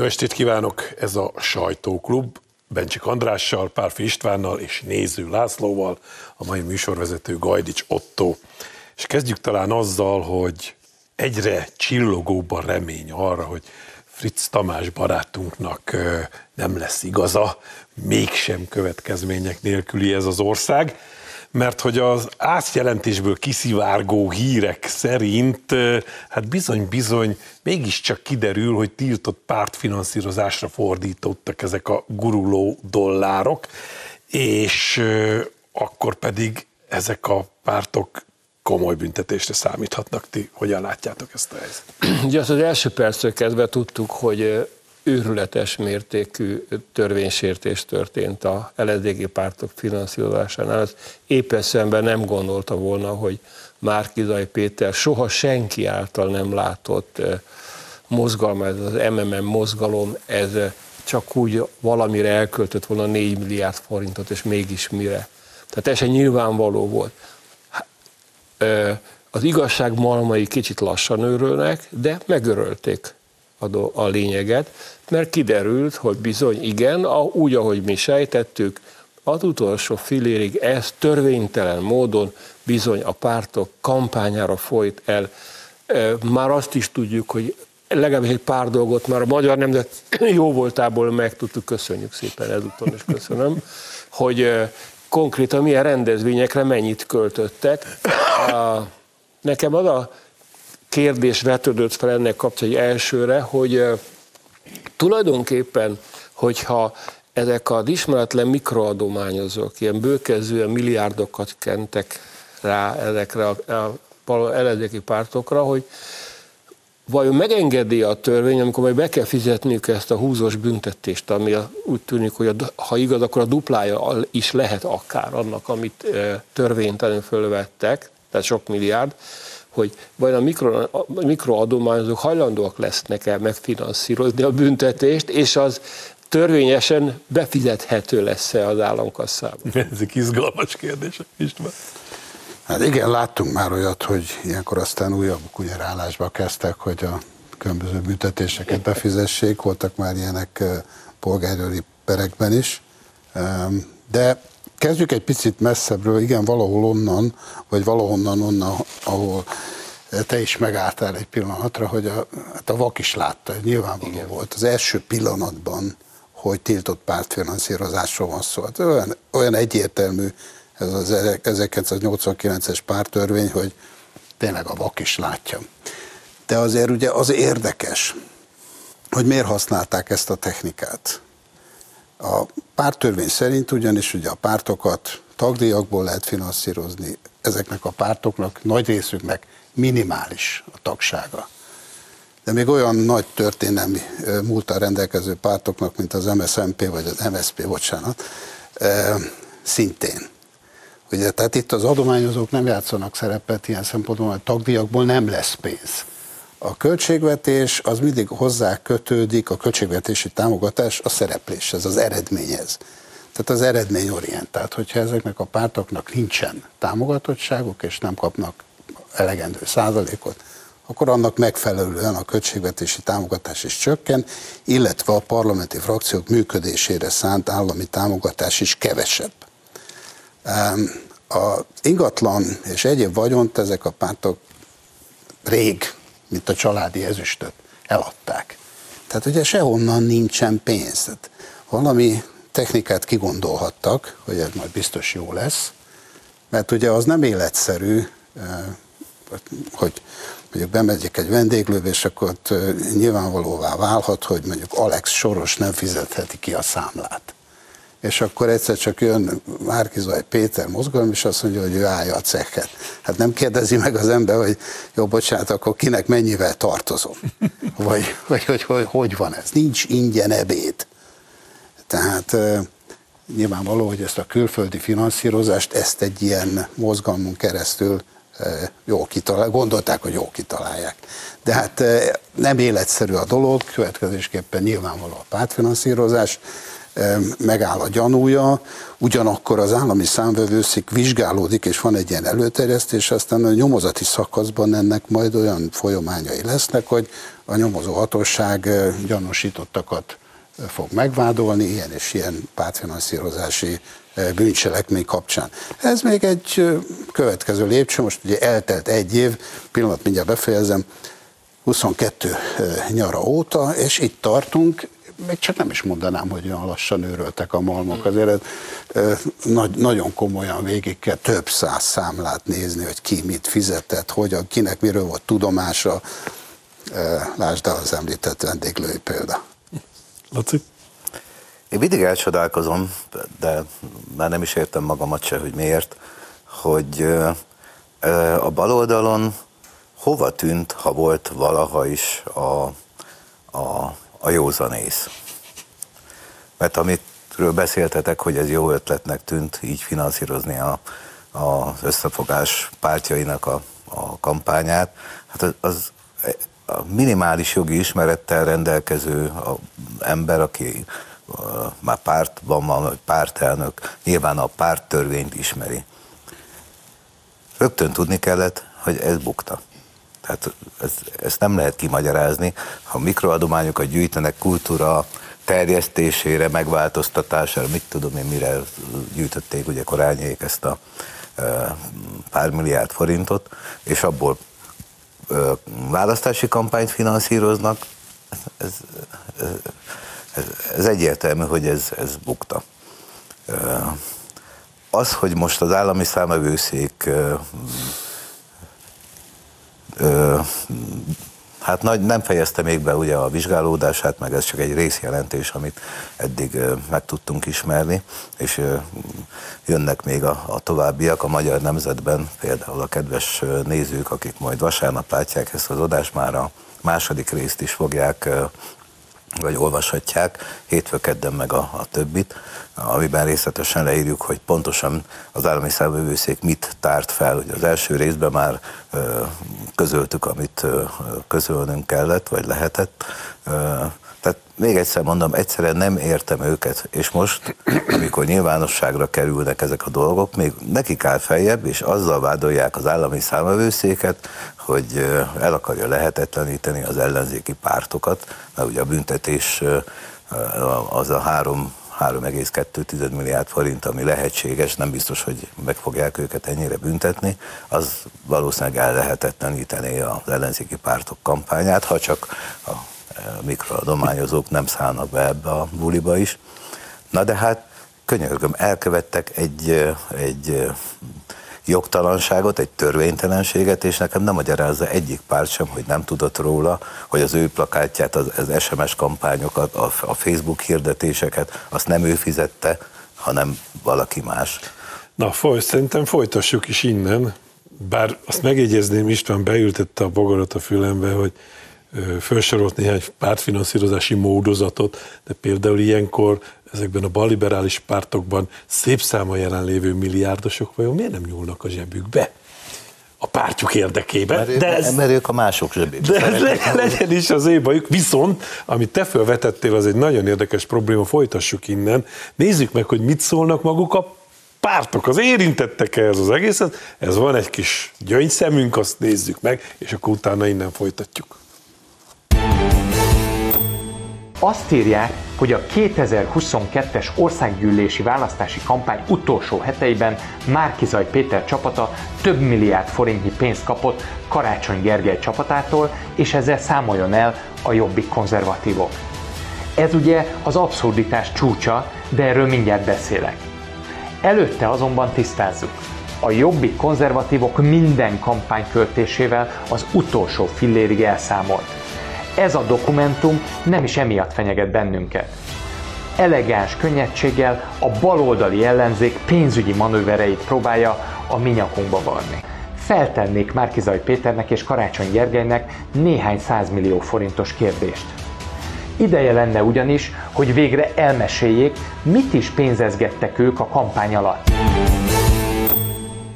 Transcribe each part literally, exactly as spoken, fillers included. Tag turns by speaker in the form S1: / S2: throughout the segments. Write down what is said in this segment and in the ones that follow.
S1: Jó estét kívánok! Ez a Sajtóklub Bencsik Andrással, Pálffy Istvánnal és Néző Lászlóval, a mai műsorvezető Gajdics Ottó. És kezdjük talán azzal, hogy egyre csillogóbb a remény arra, hogy Fritz Tamás barátunknak nem lesz igaza, mégsem következmények nélküli ez az ország, mert hogy az átjelentésből kiszivárgó hírek szerint hát bizony-bizony mégiscsak kiderül, hogy tiltott pártfinanszírozásra fordítottak ezek a guruló dollárok, és akkor pedig ezek a pártok komoly büntetésre számíthatnak. Ti hogyan látjátok ezt a helyzetet?
S2: Ugye azt az első perctől kezdve tudtuk, hogy őrületes mértékű törvénysértés történt a ellenzéki pártok finanszírozásánál. Ez éppen szemben nem gondolta volna, hogy Márki-Zay Péter soha senki által nem látott mozgalma, ez az em em em mozgalom, ez csak úgy valamire elköltött volna négy milliárd forintot, és mégis mire. Tehát ez se nyilvánvaló volt. Az igazság malmai kicsit lassan őrölnek, de megörölték a lényeget, mert kiderült, hogy bizony igen, úgy, ahogy mi sejtettük, az utolsó filérig ez törvénytelen módon bizony a pártok kampányára folyt el. Már azt is tudjuk, hogy legalábbis egy pár dolgot már a magyar nemzet jó voltából megtudtuk, köszönjük szépen ezúton, és köszönöm, hogy konkrétan milyen rendezvényekre mennyit költöttek. Nekem az a kérdés vetődött fel ennek kapcsán elsőre, hogy uh, tulajdonképpen, hogyha ezek az ismeretlen mikroadományozók ilyen bőkezően milliárdokat kentek rá ezekre a, a ellenzéki pártokra, hogy vajon megengedi a törvény, amikor majd be kell fizetniük ezt a húzós büntetést, ami a, úgy tűnik, hogy a, ha igaz, akkor a duplája is lehet akár annak, amit uh, törvénytelenül fölvettek, tehát sok milliárd, hogy vajon a, mikro, a mikroadományozók hajlandóak lesznek-e megfinanszírozni a büntetést, és az törvényesen befizethető lesz-e az államkasszába?
S1: Ezek izgalmas kérdések, István.
S3: Hát igen, láttunk már olyat, hogy ilyenkor aztán újabb kunyarálásba kezdtek, hogy a különböző büntetéseket befizessék, voltak már ilyenek polgárőri perekben is, de kezdjük egy picit messzebbről, igen, valahol onnan, vagy valahonnan onnan, ahol te is megálltál egy pillanatra, hogy a, hát a vak is látta, nyilvánvaló igen. Volt az első pillanatban, hogy tiltott pártfinanszírozásról van szó. Hát olyan, olyan egyértelmű ez az ezerkilencszáznyolcvankilences párttörvény, hogy tényleg a vak is látja. De azért ugye az érdekes, hogy miért használták ezt a technikát. A párttörvény szerint ugyanis ugye a pártokat tagdíjakból lehet finanszírozni, ezeknek a pártoknak, nagy részüknek minimális a tagsága. De még olyan nagy történelmi múlttal rendelkező pártoknak, mint az em es zé em pé vagy az em es zé pé, bocsánat, szintén. Ugye, tehát itt az adományozók nem játszanak szerepet ilyen szempontból, hogy tagdíjakból nem lesz pénz. A költségvetés az mindig hozzá kötődik, a költségvetési támogatás a szerepléshez, az eredményhez. Tehát az eredményorientált, hogyha ezeknek a pártoknak nincsen támogatottságuk, és nem kapnak elegendő százalékot, akkor annak megfelelően a költségvetési támogatás is csökken, illetve a parlamenti frakciók működésére szánt állami támogatás is kevesebb. Az ingatlan és egyéb vagyont ezek a pártok rég, mint a családi ezüstöt, eladták. Tehát ugye sehonnan nincsen pénz. Tehát valami technikát kigondolhattak, hogy ez majd biztos jó lesz, mert ugye az nem életszerű, hogy mondjuk bemegyek egy vendéglőbe, és akkor ott nyilvánvalóvá válhat, hogy mondjuk Alex Soros nem fizetheti ki a számlát. És akkor egyszer csak jön Márki-Zay Péter mozgalom, és azt mondja, hogy ő állja a cekket. Hát nem kérdezi meg az ember, hogy jó, bocsánat, akkor kinek mennyivel tartozom? Vagy, vagy hogy, hogy hogy van ez? Nincs ingyen ebéd. Tehát e, nyilvánvaló, hogy ezt a külföldi finanszírozást, ezt egy ilyen mozgalmon keresztül jól kitalálják, gondolták, hogy jól kitalálják. De hát nem életszerű a dolog, következésképpen nyilvánvaló a pártfinanszírozás, megáll a gyanúja, ugyanakkor az állami számvevőszék vizsgálódik, és van egy ilyen előterjesztés, aztán a nyomozati szakaszban ennek majd olyan folyamányai lesznek, hogy a nyomozó hatóság gyanúsítottakat fog megvádolni, ilyen és ilyen pártfinanszírozási bűncselekmény kapcsán. Ez még egy következő lépcső, most ugye eltelt egy év, pillanat mindjárt befejezem, huszonkettő nyara óta, és itt tartunk, még csak nem is mondanám, hogy olyan lassan őröltek a malmok, azért ez, nagy, nagyon komolyan végig kell több száz számlát nézni, hogy ki mit fizetett, hogyan, kinek miről volt tudomása, lásd el az említett vendéglői példa.
S1: Laci?
S4: Én mindig elcsodálkozom, de már nem is értem magamat se, hogy miért, hogy a baloldalon hova tűnt, ha volt valaha is a, a, a józanész. Mert amitről beszéltetek, hogy ez jó ötletnek tűnt így finanszírozni a, az összefogás pártjainak a, a kampányát, hát az, az a minimális jogi ismerettel rendelkező a ember, aki már pártban van, vagy pártelnök, nyilván a párttörvényt ismeri. Rögtön tudni kellett, hogy ez bukta. Tehát ez, ezt nem lehet kimagyarázni. Ha mikroadományokat gyűjtenek kultúra terjesztésére, megváltoztatására, mit tudom én, mire gyűjtötték ugye Korányék ezt a e, pár milliárd forintot, és abból e, választási kampányt finanszíroznak, ez, ez, ez, ez egyértelmű, hogy ez, ez bukta. E, az, hogy most az állami számvevőszék e, Ö, hát nagy, nem fejezte még be ugye a vizsgálódását, meg ez csak egy részjelentés, amit eddig ö, meg tudtunk ismerni, és ö, jönnek még a, a továbbiak. A Magyar Nemzetben például a kedves nézők, akik majd vasárnap látják ezt az adást, már a második részt is fogják, ö, vagy olvashatják, hétfő-kedden meg a, a többit, amiben részletesen leírjuk, hogy pontosan az állami számvevőszék mit tárt fel. Ugye az első részben már ö, közöltük, amit ö, közölnünk kellett, vagy lehetett. Ö, tehát még egyszer mondom, egyszerűen nem értem őket, és most, amikor nyilvánosságra kerülnek ezek a dolgok, még nekik áll feljebb, és azzal vádolják az állami számvevőszéket, hogy el akarja lehetetleníteni az ellenzéki pártokat, mert ugye a büntetés az a három három egész kettő milliárd forint, ami lehetséges, nem biztos, hogy meg fogják őket ennyire büntetni, az valószínűleg el lehetetlenítené az ellenzéki pártok kampányát, ha csak a mikroadományozók nem szállnak be ebbe a buliba is. Na de hát, könyörgöm, elkövettek egy, egy jogtalanságot, egy törvénytelenséget, és nekem nem magyarázza egyik párt sem, hogy nem tudott róla, hogy az ő plakátját, az, az es em es kampányokat, a, a Facebook hirdetéseket, azt nem ő fizette, hanem valaki más.
S1: Na, foly, szerintem folytassuk is innen, bár azt megjegyezném, István beültette a bogarat a fülembe, hogy felsorolt néhány pártfinanszírozási módozatot, de például ilyenkor ezekben a balliberális pártokban szép száma jelenlévő milliárdosok vajon miért nem nyúlnak a zsebükbe? A pártjuk érdekében.
S4: Mert, de ez, mert ők a mások zsebében.
S1: De ez le, legyen is az ő bajuk. Viszont, amit te felvetettél, az egy nagyon érdekes probléma, folytassuk innen. Nézzük meg, hogy mit szólnak maguk a pártok, az érintettek ehhez az egészet. Ez van egy kis gyöngyszemünk, azt nézzük meg, és akkor utána innen folytatjuk.
S5: Azt írják, hogy a kétezer-huszonkettes országgyűlési választási kampány utolsó heteiben Márki-Zay Péter csapata több milliárd forintnyi pénzt kapott Karácsony Gergely csapatától, és ezzel számoljon el a Jobbik konzervatívok. Ez ugye az abszurditás csúcsa, de erről mindjárt beszélek. Előtte azonban tisztázzuk. A Jobbik konzervatívok minden kampányköltésével az utolsó fillérig elszámolt. Ez a dokumentum nem is emiatt fenyeget bennünket. Elegáns könnyedséggel a baloldali ellenzék pénzügyi manővereit próbálja a mi nyakunkba varni. Feltennék Márki-Zay Péternek és Karácsony Gergelynek néhány százmillió forintos kérdést. Ideje lenne ugyanis, hogy végre elmeséljék, mit is pénzezgettek ők a kampány alatt.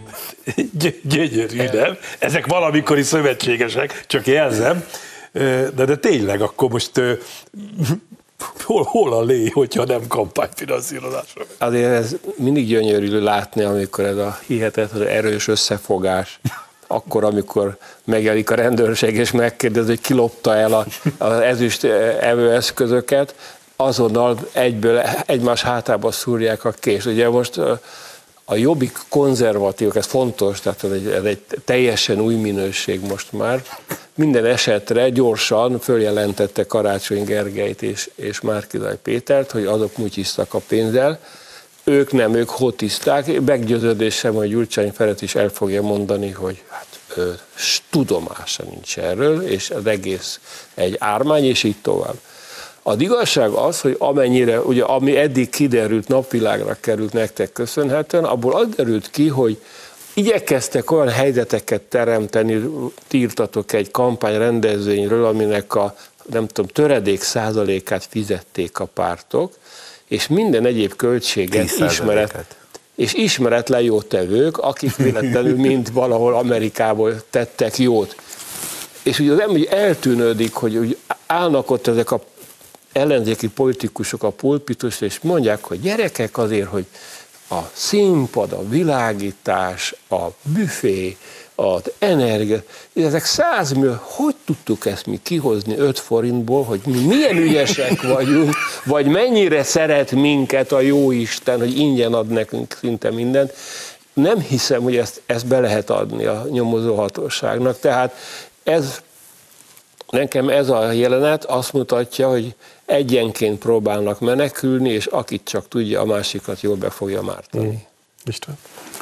S1: Gyönyörű, nem? Ezek valamikori szövetségesek, csak jelzem. De, de tényleg, akkor most hol, hol a lé, hogyha nem kampányfinanszírozásra?
S2: Azért ez mindig gyönyörű látni, amikor ez a hihetetlen erős összefogás, akkor, amikor megjelenik a rendőrség, és megkérdezi, hogy ki lopta el az ezüst evőeszközöket, azonnal egyből egymás hátába szúrják a kést. Ugye most a Jobbik konzervatívok, ez fontos, tehát ez egy, ez egy teljesen új minőség most már. Minden esetre gyorsan följelentette Karácsony Gergelyt és, és Márki-Zay Pétert, hogy azok mutyisztak a pénzzel. Ők nem, ők hotiszták. Meggyőződésem, hogy Gyurcsány Ferenc is el fogja mondani, hogy hát ő, tudomása nincs erről, és az egész egy ármány, és így tovább. Az igazság az, hogy amennyire, ugye, ami eddig kiderült, napvilágra került nektek köszönhetően, abból az derült ki, hogy igyekeztek olyan helyzeteket teremteni, írtatok egy kampányrendezvényről, aminek a, nem tudom, töredék százalékát fizették a pártok, és minden egyéb költséget ismeret, és ismeretlen jótevők, akik véletlenül mind valahol Amerikából tettek jót. És ugye az ember eltűnődik, hogy úgy állnak ott ezek a ellenzéki politikusok a pulpitusra, és mondják, hogy gyerekek, azért, hogy a színpad, a világítás, a büfé, az energia, ezek százmillió, hogy tudtuk ezt mi kihozni öt forintból, hogy mi milyen ügyesek vagyunk, vagy mennyire szeret minket a jóisten, hogy ingyen ad nekünk szinte mindent. Nem hiszem, hogy ezt, ezt be lehet adni a nyomozóhatóságnak, tehát ez, nekem ez a jelenet azt mutatja, hogy egyenként próbálnak menekülni, és akit csak tudja, a másikat jól be fogja mártani. Mm.
S1: István?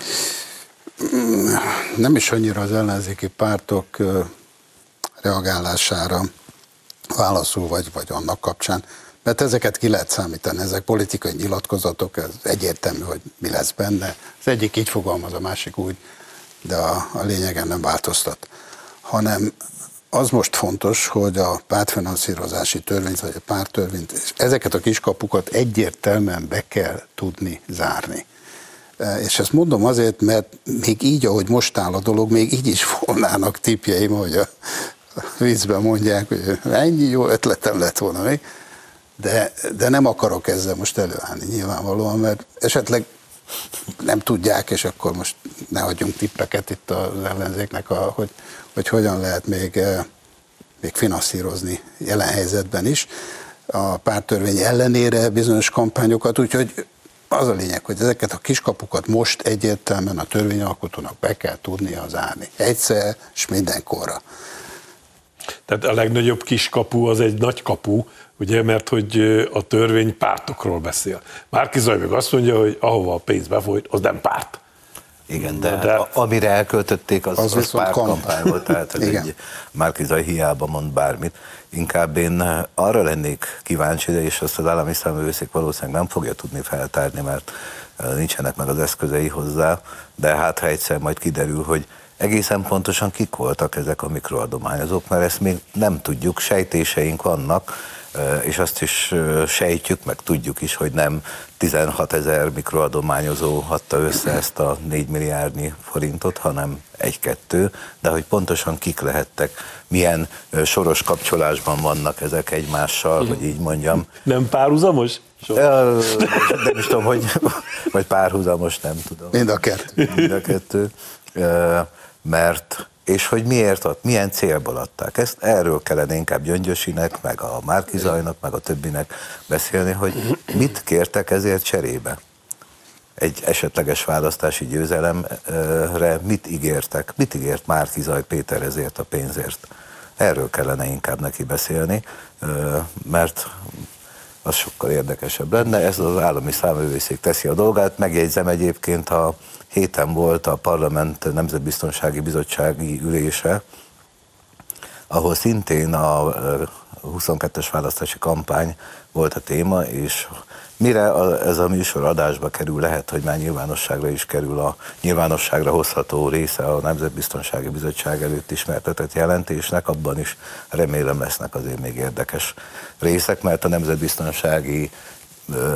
S3: Nem is annyira az ellenzéki pártok reagálására válaszol, vagy, vagy annak kapcsán, mert ezeket ki lehet számítani, ezek politikai nyilatkozatok, ez egyértelmű, hogy mi lesz benne. Az egyik így fogalmaz, a másik úgy, de a, a lényegen nem változtat. Hanem az most fontos, hogy a pártfinanszírozási törvényt, vagy a párttörvényt, és ezeket a kiskapukat egyértelműen be kell tudni zárni. És ezt mondom azért, mert még így, ahogy most áll a dolog, még így is volnának tippjeim, hogy a viccben mondják, hogy ennyi jó ötletem lett volna még, de, de nem akarok ezzel most előállni nyilvánvalóan, mert esetleg nem tudják, és akkor most ne hagyjunk tippeket itt az ellenzéknek, a, hogy, hogy hogyan lehet még, még finanszírozni jelen helyzetben is a párttörvény ellenére bizonyos kampányokat, úgyhogy az a lényeg, hogy ezeket a kiskapukat most egyértelműen a törvényalkotónak be kell tudnia zárni. Egyszer és mindenkorra.
S1: Tehát a legnagyobb kiskapu az egy nagy kapu, ugye, mert hogy a törvény pártokról beszél. Márki-Zay meg azt mondja, hogy ahova a pénz befolyt, az nem párt.
S4: Igen, de, de a, amire elköltötték, az, az, az pártkampány volt, tehát egy Márki-Zay hiába mond bármit. Inkább én arra lennék kíváncsi, de és azt az állami számvevőszék valószínűleg nem fogja tudni feltárni, mert nincsenek meg az eszközei hozzá, de hát ha egyszer majd kiderül, hogy egészen pontosan kik voltak ezek a mikroadományozók, mert ezt még nem tudjuk, sejtéseink vannak, és azt is sejtjük, meg tudjuk is, hogy nem tizenhatezer mikroadományozó adta össze ezt a négy milliárdnyi forintot, hanem egy-kettő, de hogy pontosan kik lehettek, milyen soros kapcsolásban vannak ezek egymással, hogy így mondjam.
S1: Nem párhuzamos?
S4: De nem is tudom, hogy vagy párhuzamos, nem tudom.
S3: Mind a kettő.
S4: Mind a kettő. Mert és hogy miért ad, milyen célból adták. Ezt erről kellene inkább Gyöngyösinek, meg a Márki-Zaynak, meg a többinek beszélni, hogy mit kértek ezért cserébe. Egy esetleges választási győzelemre mit ígértek, mit ígért Márki-Zay Péter ezért a pénzért. Erről kellene inkább neki beszélni, mert az sokkal érdekesebb lenne. Ez az állami számvevőszék teszi a dolgát. Megjegyzem egyébként, a héten volt a Parlament Nemzetbiztonsági Bizottsági ülése, ahol szintén a huszonkettes választási kampány volt a téma, és mire ez a műsor adásba kerül, lehet, hogy már nyilvánosságra is kerül a nyilvánosságra hozható része a Nemzetbiztonsági Bizottság előtt ismertetett jelentésnek, abban is remélem lesznek azért még érdekes részek, mert a Nemzetbiztonsági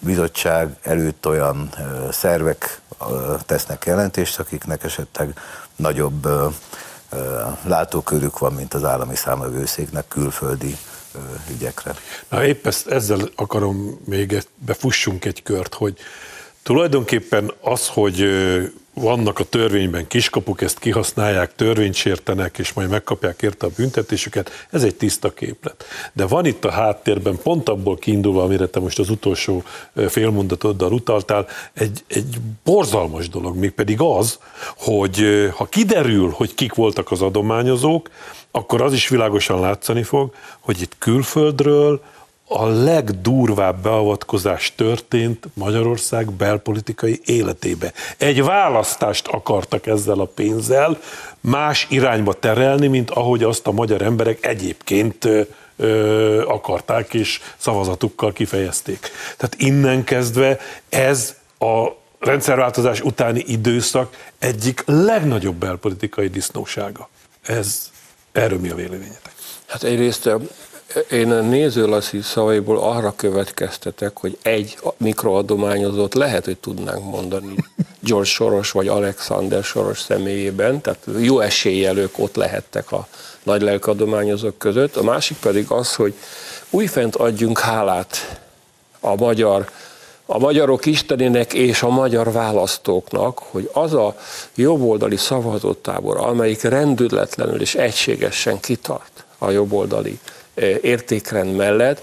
S4: bizottság előtt olyan szervek tesznek jelentést, akiknek esetleg nagyobb látókörük van, mint az állami számvevőszéknek külföldi ügyekre.
S1: Na épp ezt, ezzel akarom még befussunk egy kört, hogy tulajdonképpen az, hogy vannak a törvényben kiskapuk, ezt kihasználják, törvényt sértenek, és majd megkapják érte a büntetésüket, ez egy tiszta képlet. De van itt a háttérben, pont abból kiindulva, amire te most az utolsó félmondatoddal utaltál, egy, egy borzalmas dolog, mégpedig az, hogy ha kiderül, hogy kik voltak az adományozók, akkor az is világosan látszani fog, hogy itt külföldről a legdurvább beavatkozás történt Magyarország belpolitikai életébe. Egy választást akartak ezzel a pénzzel más irányba terelni, mint ahogy azt a magyar emberek egyébként ö, ö, akarták és szavazatukkal kifejezték. Tehát innen kezdve ez a rendszerváltozás utáni időszak egyik legnagyobb belpolitikai disznósága. Ez, erről mi a véleményetek?
S2: Hát egyrészt én a Néző Laci szavaiból arra következtetek, hogy egy mikroadományozót lehet, hogy tudnánk mondani George Soros vagy Alexander Soros személyében, tehát jó eséllyel ők ott lehettek a nagylelkű adományozók között. A másik pedig az, hogy újfent adjunk hálát a magyar a magyarok istenének és a magyar választóknak, hogy az a jobboldali szavazótábor, amelyik rendületlenül és egységesen kitart a jobboldali értékrend mellett,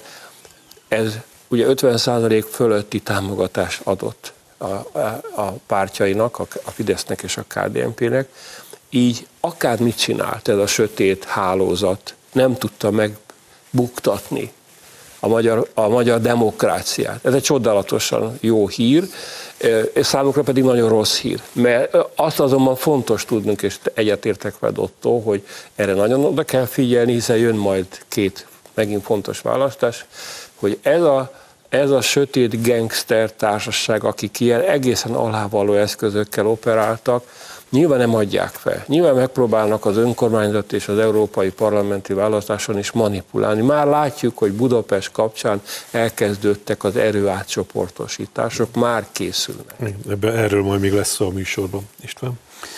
S2: ez ugye ötven százalék fölötti támogatást adott a, a, a pártjainak, a, a Fidesznek és a ká dé en pének, így akármit csinált ez a sötét hálózat, nem tudta megbuktatni a magyar, a magyar demokráciát. Ez egy csodálatosan jó hír, és számukra pedig nagyon rossz hír. Mert azt azonban fontos tudnunk, és egyetértek veled, Otto, hogy erre nagyon oda kell figyelni, hiszen jön majd két megint fontos választás, hogy ez a, ez a sötét gangster társaság, akik ilyen egészen alávaló eszközökkel operáltak, nyilván nem adják fel. Nyilván megpróbálnak az önkormányzat és az európai parlamenti választáson is manipulálni. Már látjuk, hogy Budapest kapcsán elkezdődtek az erőátcsoportosítások, már készülnek.
S1: Ebben erről majd még lesz szó a műsorban. István?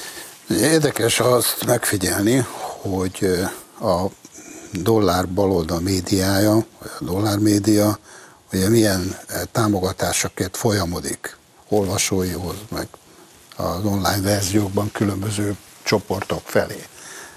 S3: Érdekes azt megfigyelni, hogy a dollár baloldal médiája, vagy a dollár média, ugye milyen támogatásokért folyamodik olvasóihoz, meg az online verziókban különböző csoportok felé.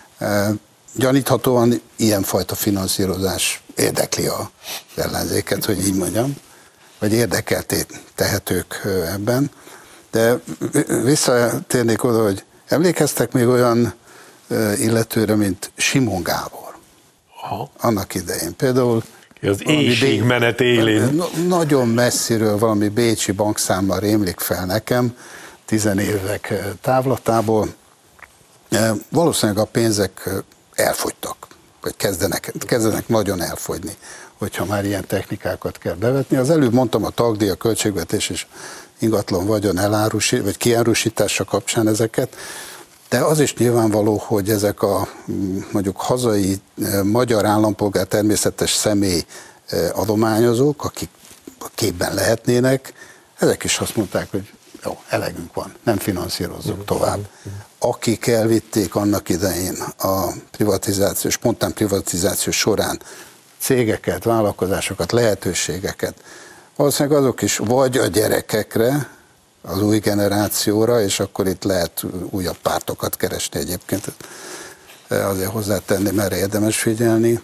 S3: Gyaníthatóan ilyenfajta finanszírozás érdekli az ellenzéket, hogy így mondjam, vagy érdekelté tehetők ebben. De visszatérnék oda, hogy emlékeztek még olyan illetőre, mint Simon Gábor. Aha. Annak idején. Például
S1: az éjségmenet élén.
S3: Nagyon messziről valami bécsi bankszámmal rémlik fel nekem, tizenévek távlatából. Valószínűleg a pénzek elfogytak, vagy kezdenek, kezdenek nagyon elfogyni, hogyha már ilyen technikákat kell bevetni. Az előbb mondtam a tagdíj, a költségvetés és ingatlan vagyon elárusít, vagy kiárusítása kapcsán ezeket, de az is nyilvánvaló, hogy ezek a mondjuk hazai magyar állampolgár természetes személy adományozók, akik a képben lehetnének, ezek is azt mondták, hogy jó, elegünk van, nem finanszírozzuk tovább. Akik elvitték annak idején a privatizáció, spontán privatizáció során cégeket, vállalkozásokat, lehetőségeket, valószínűleg azok is vagy a gyerekekre, az új generációra, és akkor itt lehet újabb pártokat keresni egyébként, azért hozzátenni, mert érdemes figyelni,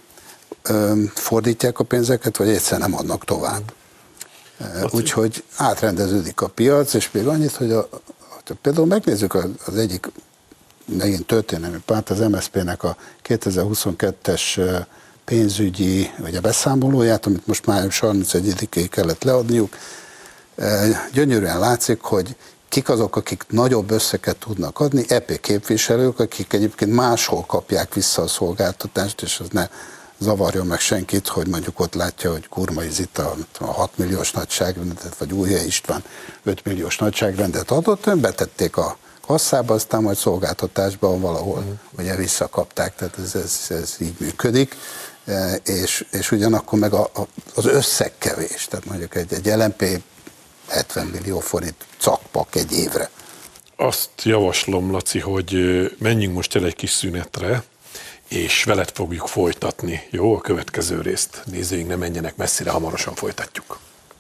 S3: fordítják a pénzeket, vagy egyszerűen nem adnak tovább. Úgyhogy átrendeződik a piac, és még annyit, hogy a, például megnézzük az egyik megint történelmi párt, az em es zé pé-nek a kétezer-huszonkettes pénzügyi, vagy a beszámolóját, amit most május harmincegyedikéig kellett leadniuk. Gyönyörűen látszik, hogy kik azok, akik nagyobb összeget tudnak adni, é pé képviselők, akik egyébként máshol kapják vissza a szolgáltatást, és az ne zavarjon meg senkit, hogy mondjuk ott látja, hogy Kurmai Zita a hat milliós nagyságrendet, vagy Újhely István öt milliós nagyságrendet adott, betették a kasszába, aztán majd szolgáltatásban valahol mm. ugye visszakapták, tehát ez, ez, ez így működik, és, és ugyanakkor meg a, a, az összeg kevés, tehát mondjuk egy, egy el em pé hetven millió forint cakpak egy évre.
S1: Azt javaslom, Laci, hogy menjünk most el egy kis szünetre, és veled fogjuk folytatni, jó, a következő részt. Nézőink ne menjenek messzire, hamarosan folytatjuk.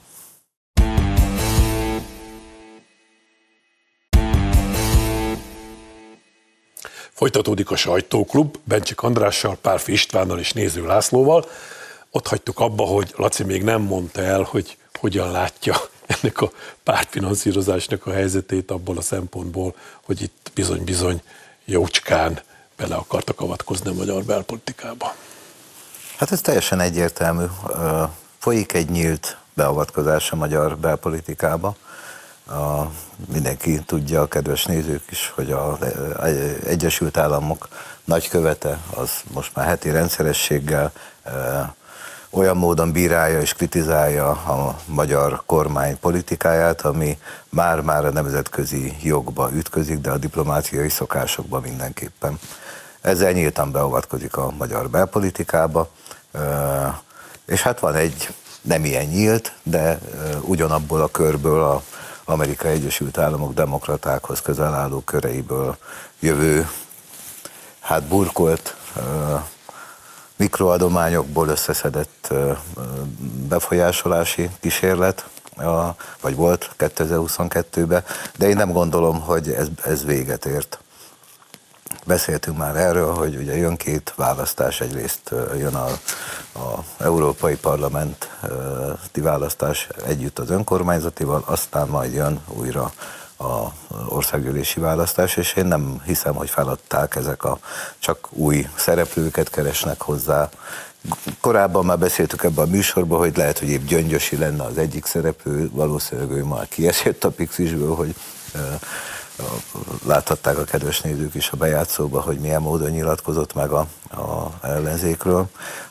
S1: Folytatódik a Sajtóklub, Bencsik Andrással, Pálffy Istvánnal és Néző Lászlóval. Ott hagytuk abba, hogy Laci még nem mondta el, hogy hogyan látja ennek a pártfinanszírozásnak a helyzetét abból a szempontból, hogy itt bizony-bizony jócskán bele akartak avatkozni a magyar belpolitikába.
S4: Hát ez teljesen egyértelmű. Folyik egy nyílt beavatkozás a magyar belpolitikába. A, mindenki tudja, a kedves nézők is, hogy az Egyesült Államok nagykövete az most már heti rendszerességgel e, olyan módon bírálja és kritizálja a magyar kormány politikáját, ami már-már a nemzetközi jogba ütközik, de a diplomáciai szokásokba mindenképpen. Ezzel nyíltan beavatkozik a magyar belpolitikába, e, és hát van egy nem ilyen nyílt, de e, ugyanabból a körből a Amerikai Egyesült Államok demokratákhoz közel álló köreiből jövő, hát burkolt uh, mikroadományokból összeszedett uh, befolyásolási kísérlet, uh, vagy volt kétezer-huszonkettőben, de én nem gondolom, hogy ez, ez véget ért. Beszéltünk már erről, hogy ugye jön két választás, egyrészt jön a, a Európai Parlamenti választás együtt az önkormányzatival, aztán majd jön újra az országgyűlési választás, és én nem hiszem, hogy feladták ezek a csak új szereplőket keresnek hozzá. Korábban már beszéltük ebben a műsorban, hogy lehet, hogy épp Gyöngyösi lenne az egyik szereplő, valószínűleg ő már kiesett a Pixisből, hogy láthatták a kedves nézők is a bejátszóba, hogy milyen módon nyilatkozott meg a, a ellenzékről.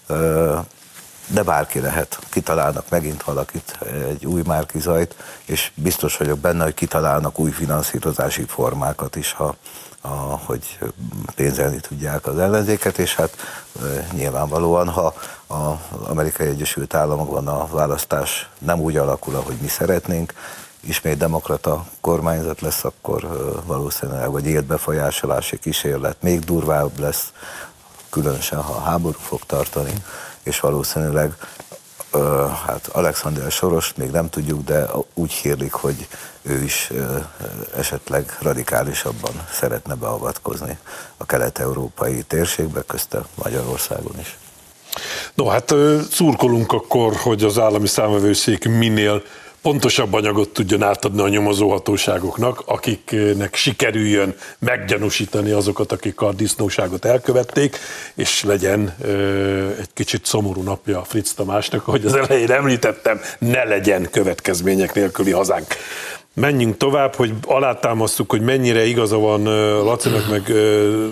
S4: De bárki lehet. Kitalálnak megint valakit, egy új Márki-Zajt, és biztos vagyok benne, hogy kitalálnak új finanszírozási formákat is, ha, a, hogy pénzelni tudják az ellenzéket, és hát nyilvánvalóan, ha az Amerikai Egyesült Államokban a választás nem úgy alakul, ahogy mi szeretnénk, ismét demokrata kormányzat lesz, akkor valószínűleg, vagy élt befolyásolási kísérlet még durvább lesz, különösen, ha a háború fog tartani, és valószínűleg hát Alexander Sorost még nem tudjuk, de úgy hírlik, hogy ő is esetleg radikálisabban szeretne beavatkozni a kelet-európai térségbe, közte Magyarországon is.
S1: No hát szurkolunk akkor, hogy az állami számvevőszék minél pontosabb anyagot tudjon átadni a nyomozóhatóságoknak, akiknek sikerüljön meggyanúsítani azokat, akik a disznóságot elkövették, és legyen ö, egy kicsit szomorú napja Fritz Tamásnak, ahogy az elején említettem, ne legyen következmények nélküli hazánk. Menjünk tovább, hogy alátámasztjuk, hogy mennyire igaza van Lacinak, meg ö,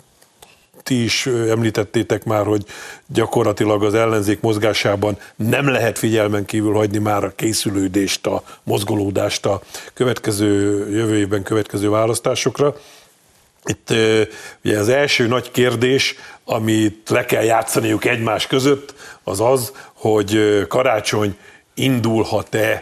S1: ti is említettétek már, hogy gyakorlatilag az ellenzék mozgásában nem lehet figyelmen kívül hagyni már a készülődést, a mozgolódást a következő, jövő évben következő választásokra. Itt ugye az első nagy kérdés, amit le kell játszaniuk egymás között, az az, hogy Karácsony indulhat-e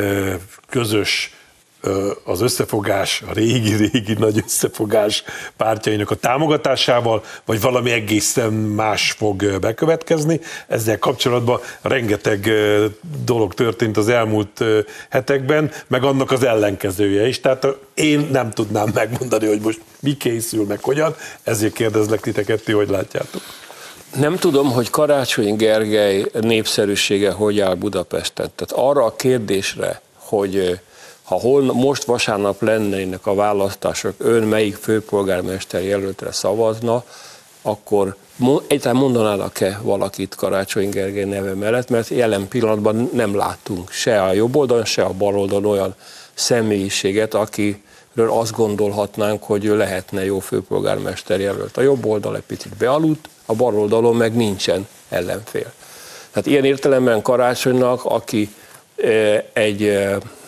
S1: közös az összefogás, a régi-régi nagy összefogás pártjainak a támogatásával, vagy valami egészen más fog bekövetkezni. Ezzel kapcsolatban rengeteg dolog történt az elmúlt hetekben, meg annak az ellenkezője is. Tehát én nem tudnám megmondani, hogy most mi készül, meg hogyan, ezért kérdezlek titeket, ti hogy látjátok?
S2: Nem tudom, hogy Karácsony Gergely népszerűsége hogy áll Budapesten. Tehát arra a kérdésre, hogy ha hol, most vasárnap lennének a választások, ön melyik főpolgármester jelöltre szavazna, akkor egyáltalán mondanának-e valakit Karácsony Gergely neve mellett, mert jelen pillanatban nem látunk se a jobb oldalon, se a bal oldalon olyan személyiséget, akiről azt gondolhatnánk, hogy ő lehetne jó főpolgármester jelölt. A jobb oldal egy picit bealudt, a bal oldalon meg nincsen ellenfél. Tehát ilyen értelemben Karácsonynak, aki egy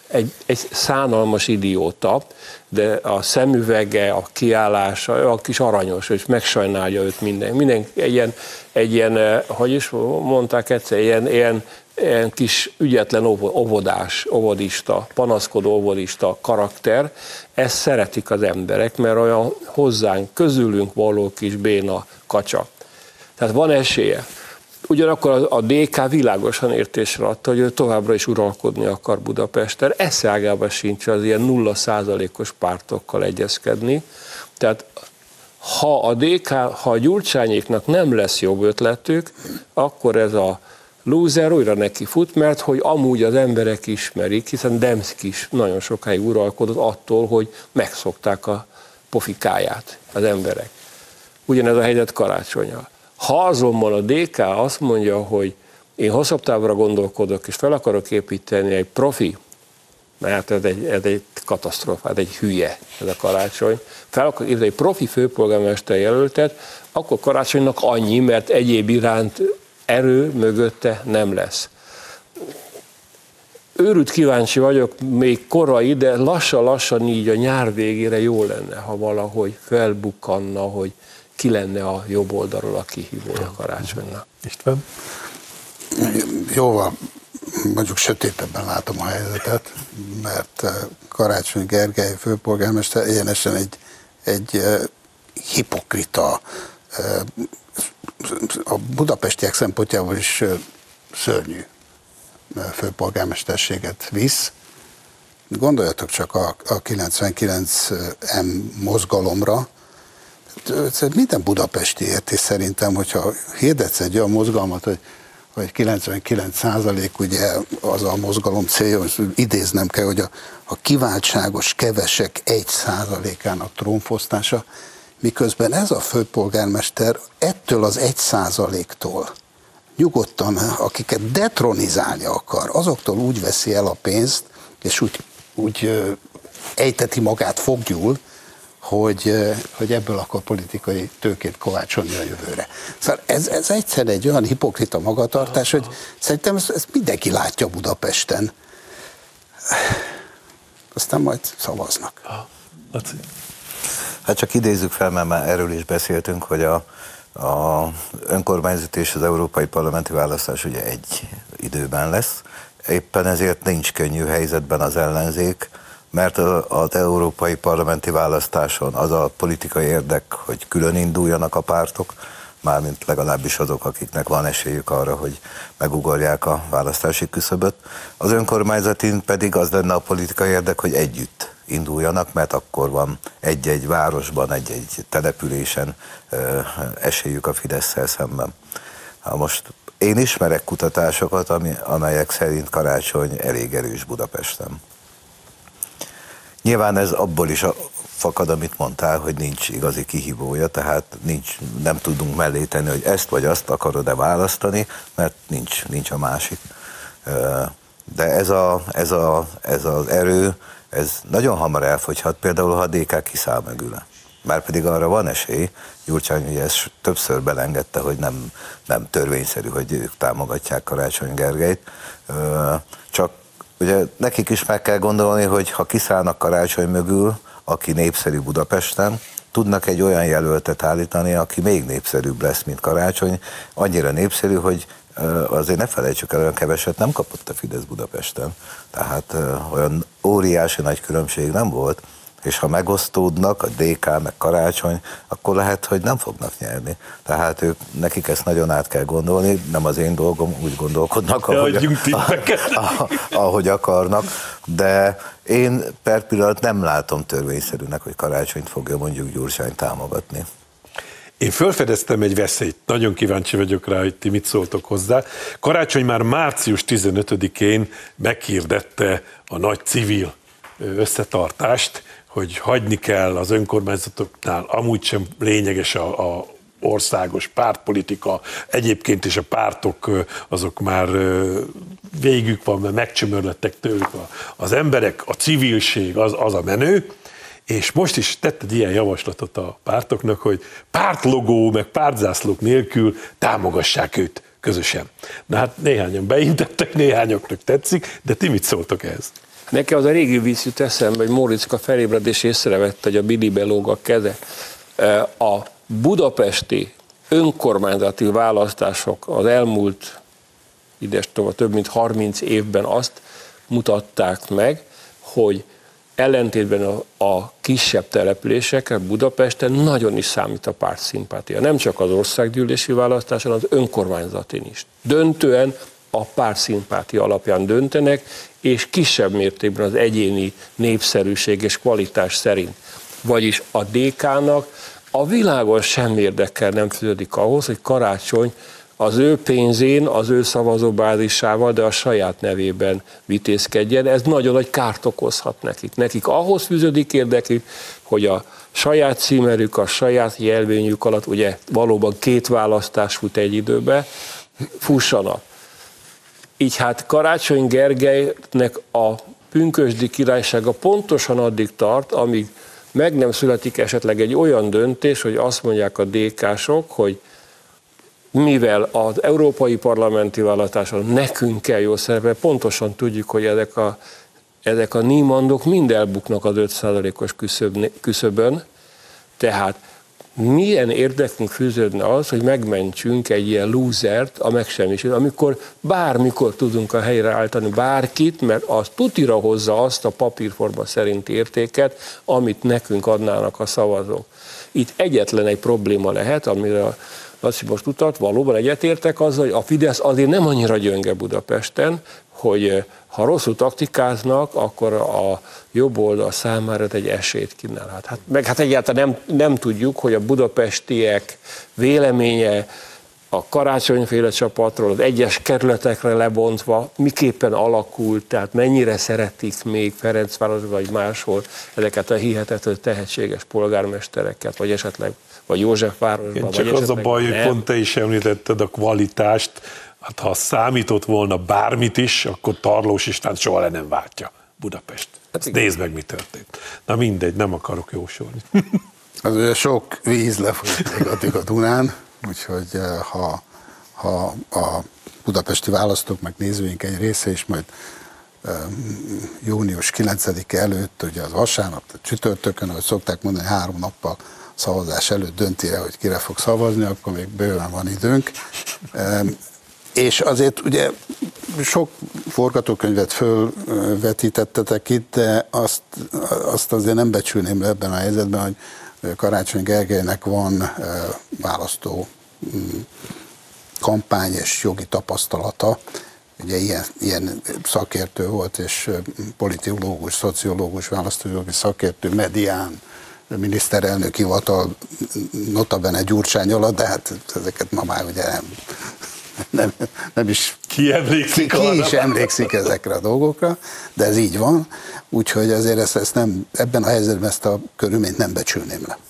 S2: egy, egy szánalmas idióta, de a szemüvege, a kiállása, a kis aranyos, és megsajnálja őt minden. minden egy ilyen, egy ilyen, hogy is mondták egyszer, ilyen, ilyen, ilyen kis ügyetlen óvodás, óvodista, panaszkodó óvodista karakter, ezt szeretik az emberek, mert olyan hozzánk, közülünk való kis béna kacsa. Tehát van esélye. Ugyanakkor a dé ká világosan értésre adta, hogy ő továbbra is uralkodni akar Budapesten. Eszágában sincs az ilyen nulla százalékos pártokkal egyezkedni. Tehát ha a dé ká, ha a Gyurcsányéknak nem lesz jobb ötletük, akkor ez a lúzer újra neki fut, mert hogy amúgy az emberek ismerik, hiszen Demszky is nagyon sokáig uralkodott attól, hogy megszokták a pofikáját az emberek. Ugyanez a helyzet Karácsonnyal. Ha azonban a dé ká azt mondja, hogy én hosszabb távra gondolkodok, és fel akarok építeni egy profi, mert ez egy, ez egy katasztrófa, ez egy hülye, ez a Karácsony, fel akarok építeni egy profi főpolgármester jelöltet, akkor Karácsonynak annyi, mert egyéb iránt erő mögötte nem lesz. Őrült kíváncsi vagyok, még korai, de lassan-lassan így a nyár végére jó lenne, ha valahogy felbukkanna, hogy ki lenne a jobb oldalról a kihívója Karácsonynak.
S1: István?
S3: Jóval, mondjuk sötétebben látom a helyzetet, mert Karácsony Gergely főpolgármester egyenesen egy, egy hipokrita, a budapestiek szempontjából is szörnyű főpolgármesterséget visz. Gondoljatok csak a, a kilencvenkilenc em mozgalomra. Minden budapesti érti szerintem, hogyha hirdetsz egy olyan mozgalmat, hogy, hogy kilencvenkilenc százalék ugye az a mozgalom célja, hogy idéznem kell, hogy a, a kiváltságos kevesek egy százalékának trónfosztása, miközben ez a főpolgármester ettől az egy százaléktól nyugodtan, akiket detronizálni akar, azoktól úgy veszi el a pénzt, és úgy, úgy ejteti magát foglyul, hogy, hogy ebből akkor politikai tőkét kovácsolni a jövőre. Szóval ez, ez egyszer egy olyan hipokrita magatartás, hogy szerintem ezt, ezt mindenki látja Budapesten. Aztán majd szavaznak.
S4: Hát csak idézzük fel, mert már erről is beszéltünk, hogy a, a önkormányzati és az európai parlamenti választás ugye egy időben lesz. Éppen ezért nincs könnyű helyzetben az ellenzék, mert az európai parlamenti választáson az a politikai érdek, hogy külön induljanak a pártok, mármint legalábbis azok, akiknek van esélyük arra, hogy megugorják a választási küszöböt. Az önkormányzatin pedig az lenne a politikai érdek, hogy együtt induljanak, mert akkor van egy-egy városban, egy-egy településen esélyük a Fidesszel szemben. Ha most én ismerek kutatásokat, ami, amelyek szerint Karácsony elég erős Budapesten. Nyilván ez abból is fakad, amit mondtál, hogy nincs igazi kihívója, tehát nincs, nem tudunk mellé tenni, hogy ezt vagy azt akarod-e választani, mert nincs, nincs a másik. De ez, a, ez, a, ez az erő, ez nagyon hamar elfogyhat, például ha a dé ká kiszáll mögüle. Márpedig arra van esély, Gyurcsány ugye ezt többször belengedte, hogy nem, nem törvényszerű, hogy ők támogatják Karácsony Gergelyt, csak ugye nekik is meg kell gondolni, hogy ha kiszállnak Karácsony mögül, aki népszerű Budapesten, tudnak egy olyan jelöltet állítani, aki még népszerűbb lesz, mint Karácsony, annyira népszerű, hogy azért ne felejtsük el, olyan keveset nem kapott a Fidesz Budapesten. Tehát olyan óriási nagy különbség nem volt, és ha megosztódnak a dé ká meg Karácsony, akkor lehet, hogy nem fognak nyerni. Tehát ők, nekik ezt nagyon át kell gondolni, nem az én dolgom, úgy gondolkodnak, ahogy, a, ahogy akarnak, de én per pillanat nem látom törvényszerűnek, hogy Karácsonyt fogja mondjuk Gyurcsány támogatni.
S1: Én felfedeztem egy veszélyt, nagyon kíváncsi vagyok rá, hogy ti mit szóltok hozzá. Karácsony már március tizenötödikén meghirdette a nagy civil összetartást, hogy hagyni kell az önkormányzatoknál, amúgy sem lényeges a, a országos pártpolitika, egyébként is a pártok azok már végük van, mert megcsömörlettek tőlük az emberek, a civilség az, az a menő, és most is tett egy ilyen javaslatot a pártoknak, hogy pártlogó, meg pártzászlók nélkül támogassák őt közösen. Na hát néhányan beintettek, néhányoknak tetszik, de ti mit szóltok ehhez?
S2: Nekem az a régi vicc jut eszembe, hogy Móriczka felébred és észrevette, hogy a bilibe lóg a keze. A budapesti önkormányzati választások az elmúlt idestova több mint harminc évben azt mutatták meg, hogy ellentétben a, a kisebb településekre Budapesten nagyon is számít a pártszimpátia. Nem csak az országgyűlési választáson, az önkormányzatin is. Döntően a pártszimpátia alapján döntenek, és kisebb mértékben az egyéni népszerűség és kvalitás szerint. Vagyis a dé ká-nak a világon sem érdekel, nem fűződik ahhoz, hogy Karácsony az ő pénzén, az ő szavazóbázisával, de a saját nevében vitézkedjen. Ez nagyon nagy kárt okozhat nekik. Nekik ahhoz fűződik érdekük, hogy a saját címerük, a saját jelvényük alatt, ugye valóban két választás fut egy időbe, fussanak. Így hát Karácsony Gergelynek a pünkösdi királysága pontosan addig tart, amíg meg nem születik esetleg egy olyan döntés, hogy azt mondják a dé ká-sok, hogy mivel az európai parlamenti választáson nekünk kell jó szerepel, pontosan tudjuk, hogy ezek a, ezek a nímandok mind elbuknak az öt százalékos küszöb, küszöbön, tehát milyen érdekünk fűződne az, hogy megmentsünk egy ilyen lúzert a megsemmisülő, amikor bármikor tudunk a helyre állítani bárkit, mert az tutira hozza azt a papírforma szerinti értéket, amit nekünk adnának a szavazók. Itt egyetlen egy probléma lehet, amire a Laci most utalt, valóban egyetértek azzal, hogy a Fidesz azért nem annyira gyönge Budapesten, hogy ha rosszul taktikáznak, akkor a jobb oldal számára egy esélyt kínálhat. Hát, meg hát egyáltalán nem, nem tudjuk, hogy a budapestiek véleménye a karácsonyféle csapatról, az egyes kerületekre lebontva miképpen alakult, tehát mennyire szeretik még Ferencváros vagy máshol ezeket a hihetetlen tehetséges polgármestereket, vagy esetleg vagy Józsefvárosban.
S1: Csak az a baj, hogy pont te is említetted a kvalitást, hát ha számított volna bármit is, akkor Tarlós István soha le nem váltja Budapest. Hát nézd meg, mi történt. Na mindegy, nem akarok jósolni.
S3: Az ugye sok víz lefolyik addig a Dunán, úgyhogy ha, ha a budapesti választók meg nézőink egy része is majd június kilencedike előtt, ugye az vasárnap, csütörtökön, ahogy szokták mondani, három nappal szavazás előtt dönti el, hogy kire fog szavazni, akkor még bőven van időnk. És azért ugye sok forgatókönyvet fölvetítettetek itt, de azt, azt azért nem becsülném le ebben a helyzetben, hogy Karácsony Gergelynek van választó kampány és jogi tapasztalata. Ugye ilyen, ilyen szakértő volt, és politológus, szociológus, választójogi szakértő, medián, miniszterelnök hivatal, notabene Gyurcsány alatt, de hát ezeket ma már ugye nem, nem, nem is...
S1: Ki emlékszik
S3: Ki, ki is emlékszik ezekre a dolgokra, de ez így van, úgyhogy azért ezt, ezt nem, ebben a helyzetben ezt a körülményt nem becsülném le.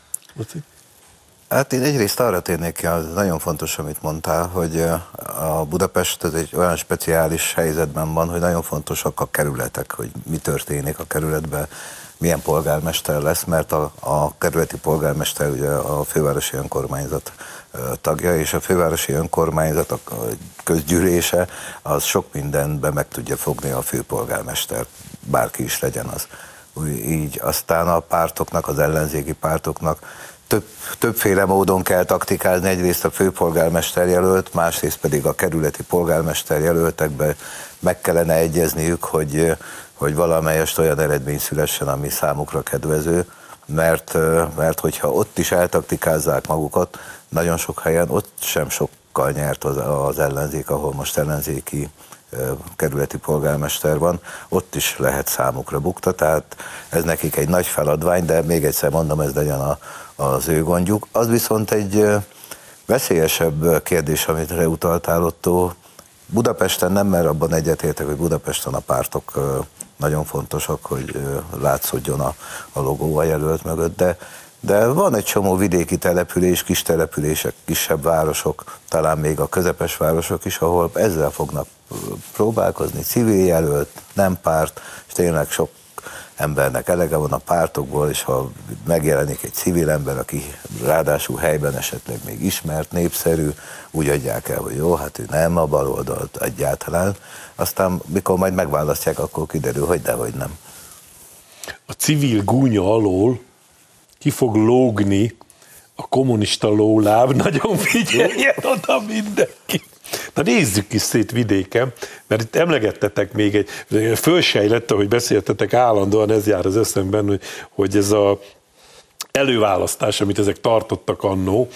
S4: Hát én egyrészt arra térnék ki, az nagyon fontos, amit mondtál, hogy a Budapest ez egy olyan speciális helyzetben van, hogy nagyon fontosak a kerületek, hogy mi történik a kerületben, milyen polgármester lesz, mert a, a kerületi polgármester ugye a fővárosi önkormányzat tagja, és a fővárosi önkormányzat, a közgyűlése, az sok mindenben meg tudja fogni a főpolgármestert, bárki is legyen az. Így aztán a pártoknak, az ellenzéki pártoknak több, többféle módon kell taktikázni, egyrészt a főpolgármester jelölt, másrészt pedig a kerületi polgármester jelöltekbe meg kellene egyezniük, hogy, hogy valamelyest olyan eredmény szülessen, ami számukra kedvező, mert, mert hogyha ott is eltaktikázzák magukat, nagyon sok helyen ott sem sokkal nyert az, az ellenzék, ahol most ellenzéki kerületi polgármester van, ott is lehet számukra bukta, tehát ez nekik egy nagy feladvány, de még egyszer mondom, ez legyen a, az ő gondjuk. Az viszont egy veszélyesebb kérdés, amit utaltál, Ottó. Budapesten nem, mert abban egyetértek, hogy Budapesten a pártok nagyon fontosak, hogy látszódjon a, a logó a jelölt mögött, de, de van egy csomó vidéki település, kis települések, kisebb városok, talán még a közepes városok is, ahol ezzel fognak próbálkozni, civil jelölt, nem párt, és tényleg sok embernek elege van a pártokból, és ha megjelenik egy civil ember, aki ráadásul helyben esetleg még ismert, népszerű, úgy adják el, hogy jó, hát ő nem a baloldalt egyáltalán. Aztán mikor majd megválasztják, akkor kiderül, hogy dehogy nem.
S1: A civil gúnya alól ki fog lógni a kommunista lóláb, nagyon figyeljen oda mindenki. Na nézzük is szét vidéken, mert itt emlegettetek még egy, fölsejlett, hogy beszéltetek állandóan, ez jár az eszemben, hogy, hogy ez a előválasztás, amit ezek tartottak annó,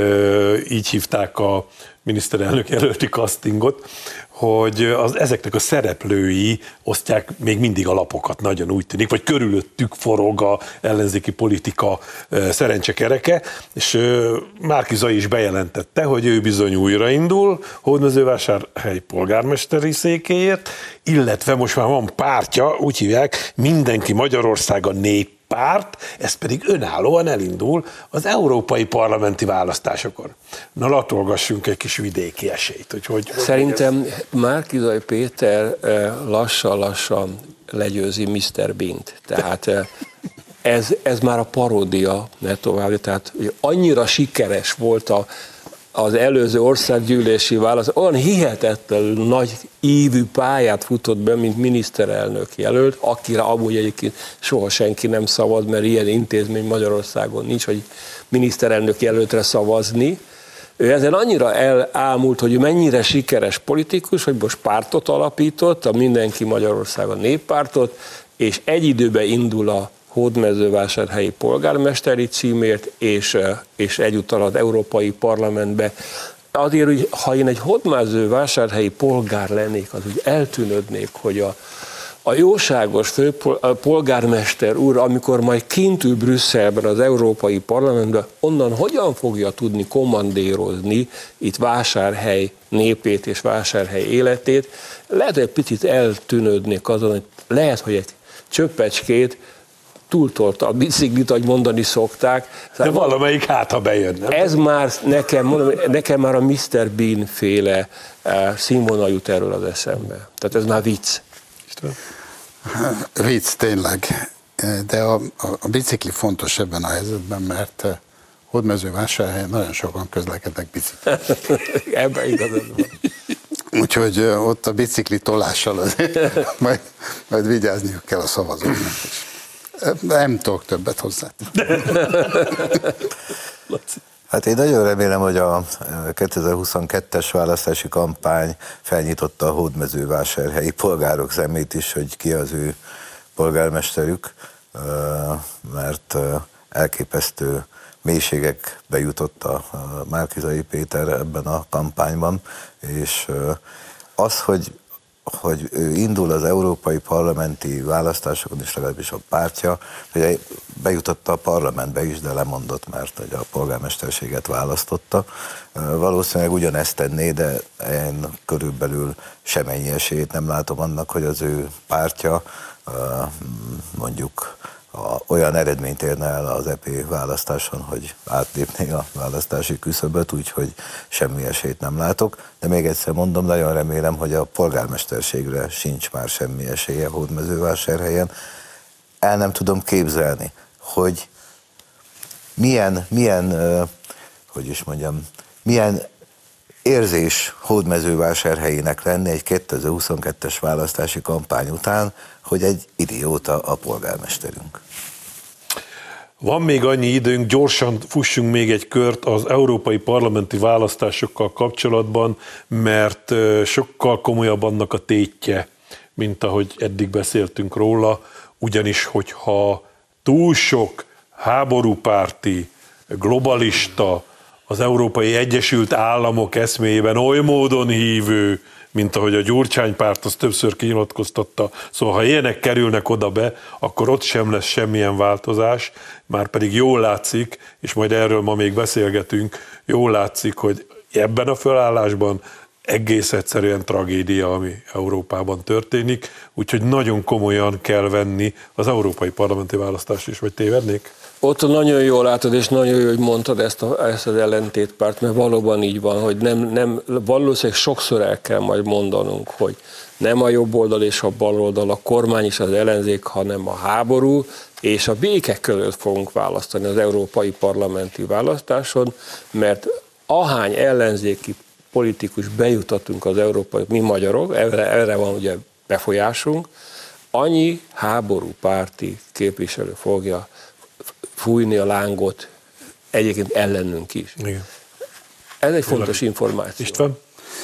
S1: így hívták a miniszterelnök jelölti castingot, hogy az, ezeknek a szereplői osztják még mindig a lapokat, nagyon úgy tűnik, vagy körülöttük forog a ellenzéki politika szerencsekereke, és Márki-Zay is bejelentette, hogy ő bizony újraindul Hódmezővásárhely polgármesteri székéért, illetve most már van pártja, úgy hívják, Mindenki Magyarország a nép párt, ez pedig önállóan elindul az európai parlamenti választásokon. Na, latolgassunk egy kis vidéki esélyt. Hogy, hogy,
S2: Szerintem Márki-Zay Péter lassan-lassan legyőzi miszter Beant. Tehát ez, ez már a paródia, ne tovább. Tehát annyira sikeres volt a az előző országgyűlési válasz, olyan hihetetlenül nagy ívű pályát futott be, mint miniszterelnök jelölt, akire amúgy egyébként soha senki nem szavaz, mert ilyen intézmény Magyarországon nincs, hogy miniszterelnök jelöltre szavazni. Ő ezen annyira elámult, hogy ő mennyire sikeres politikus, hogy most pártot alapított, a Mindenki Magyarországon néppártot, és egy időben indul a hódmezővásárhelyi polgármesteri címért, és, és egyúttal az Európai Parlamentbe. Azért, hogy ha én egy hódmezővásárhelyi polgár lennék, az úgy eltűnődnék, hogy a, a jóságos főpolgármester úr, amikor majd kint ül Brüsszelben az Európai Parlamentben, onnan hogyan fogja tudni kommandérozni itt Vásárhely népét és Vásárhely életét. Lehet, hogy egy picit eltűnődnék azon, hogy lehet, hogy egy csöppecskét túltolta a biciklit, ahogy mondani szokták.
S1: De valamelyik hát, ha bejön, nem?
S2: Ez már nekem, mondom, nekem már a miszter Bean féle uh, színvonal jut erről az eszembe. Tehát ez már vicc.
S3: Vicc, tényleg. De a, a, a bicikli fontos ebben a helyzetben, mert Hódmezővásárhelyen nagyon sokan közlekednek biciklivel.
S2: Ebben igazad van.
S3: Úgyhogy ott a bicikli tolással azért majd, majd vigyázniuk kell a szavazóknak is. Nem tudok többet hozzá.
S4: Hát én nagyon remélem, hogy a kétezer-huszonkettes választási kampány felnyitotta a hódmezővásárhelyi polgárok szemét is, hogy ki az ő polgármesterük, mert elképesztő mélységekbe jutott a Márki-Zay Péter ebben a kampányban, és az, hogy hogy ő indul az európai parlamenti választásokon is, legalábbis a pártja, hogy bejutott a parlamentbe is, de lemondott, mert hogy a polgármesterséget választotta. Valószínűleg ugyanezt tenné, de én körülbelül semennyi esélyt nem látom annak, hogy az ő pártja mondjuk a, olyan eredményt érne el az é pé választáson, hogy átlépné a választási küszöböt, úgyhogy semmi esélyt nem látok. De még egyszer mondom, nagyon remélem, hogy a polgármesterségre sincs már semmi esélye Hódmezővásárhelyen. El nem tudom képzelni, hogy milyen, milyen hogy is mondjam, milyen érzés Hódmezővásárhelyének lenni egy kétezer-huszonkettes választási kampány után, hogy egy idióta a polgármesterünk.
S1: Van még annyi időnk, gyorsan fussunk még egy kört az európai parlamenti választásokkal kapcsolatban, mert sokkal komolyabb annak a tétje, mint ahogy eddig beszéltünk róla, ugyanis hogyha túl sok háborúpárti, globalista, az Európai Egyesült Államok eszméjében oly módon hívő, mint ahogy a Gyurcsány párt azt többször kinyilatkoztatta. Szóval ha ilyenek kerülnek oda be, akkor ott sem lesz semmilyen változás, már pedig jól látszik, és majd erről ma még beszélgetünk, jól látszik, hogy ebben a felállásban egész egyszerűen tragédia, ami Európában történik, úgyhogy nagyon komolyan kell venni az európai parlamenti választást is, vagy tévednék?
S2: Ott nagyon jól látod, és nagyon jó, hogy mondtad ezt, a, ezt az ellentétpárt, mert valóban így van, hogy nem, nem, valószínűleg sokszor el kell majd mondanunk, hogy nem a jobb oldal és a bal oldal, a kormány és az ellenzék, hanem a háború és a béke között fogunk választani az európai parlamenti választáson, mert ahány ellenzéki politikus bejutatunk az európai, mi magyarok, erre, erre van ugye befolyásunk, annyi háborúpárti képviselő fogja fújni a lángot egyébként ellenünk is.
S1: Igen.
S2: Ez egy fontos információ.
S1: István?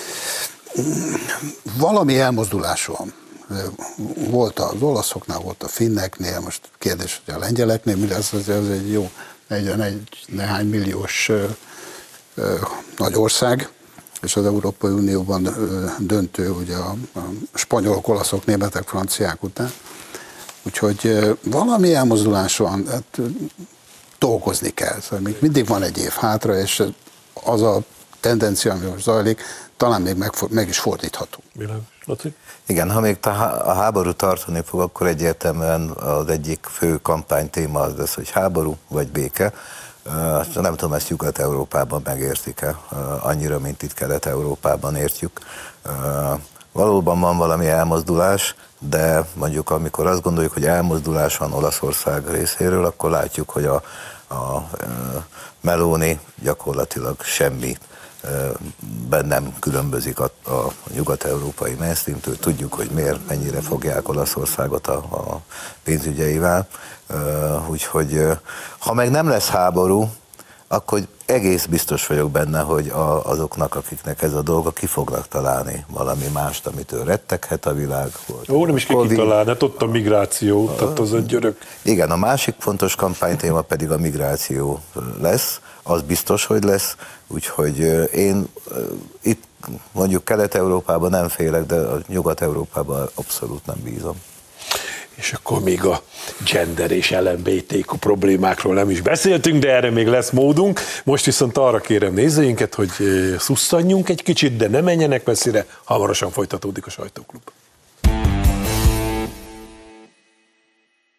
S3: Valami elmozdulás van. Volt az olaszoknál, volt a finneknél, most kérdés, hogy a lengyeleknél, mi lesz, ez egy jó egy, egy néhány milliós ö, ö, nagy ország, és az Európai Unióban ö, döntő ugye a, a spanyolok, olaszok, németek, franciák után. Úgyhogy ö, valami elmozdulás van, hát, dolgozni kell. Szóval még mindig van egy év hátra, és az a tendencia, ami most zajlik, talán még meg, meg is fordítható.
S4: Igen, ha még a háború tartani fog, akkor egyértelműen az egyik fő kampánytéma az lesz, hogy háború vagy béke. Nem tudom, ezt Nyugat-Európában megértik-e annyira, mint itt Kelet-Európában értjük. Valóban van valami elmozdulás, de mondjuk amikor azt gondoljuk, hogy elmozdulás van Olaszország részéről, akkor látjuk, hogy a, a Meloni gyakorlatilag semmi nem különbözik a, a nyugat-európai mainstreamtől. Tudjuk, hogy miért, mennyire fogják Olaszországot a, a pénzügyeivel. Úgyhogy ha meg nem lesz háború, akkor egész biztos vagyok benne, hogy a, azoknak, akiknek ez a dolga, ki fognak találni valami mást, amitől retteghet a világ.
S1: Ó, nem is ki kitalálni, hát ott a migráció, a, tehát az egy györök.
S4: Igen, a másik fontos kampánytéma pedig a migráció lesz, az biztos, hogy lesz, úgyhogy én itt mondjuk Kelet-Európában nem félek, de a Nyugat-Európában abszolút nem bízom.
S1: És akkor még a gender és el em bé té kú problémákról nem is beszéltünk, de erre még lesz módunk. Most viszont arra kérem nézőinket, hogy szusszanjunk egy kicsit, de ne menjenek messzire, hamarosan folytatódik a Sajtóklub.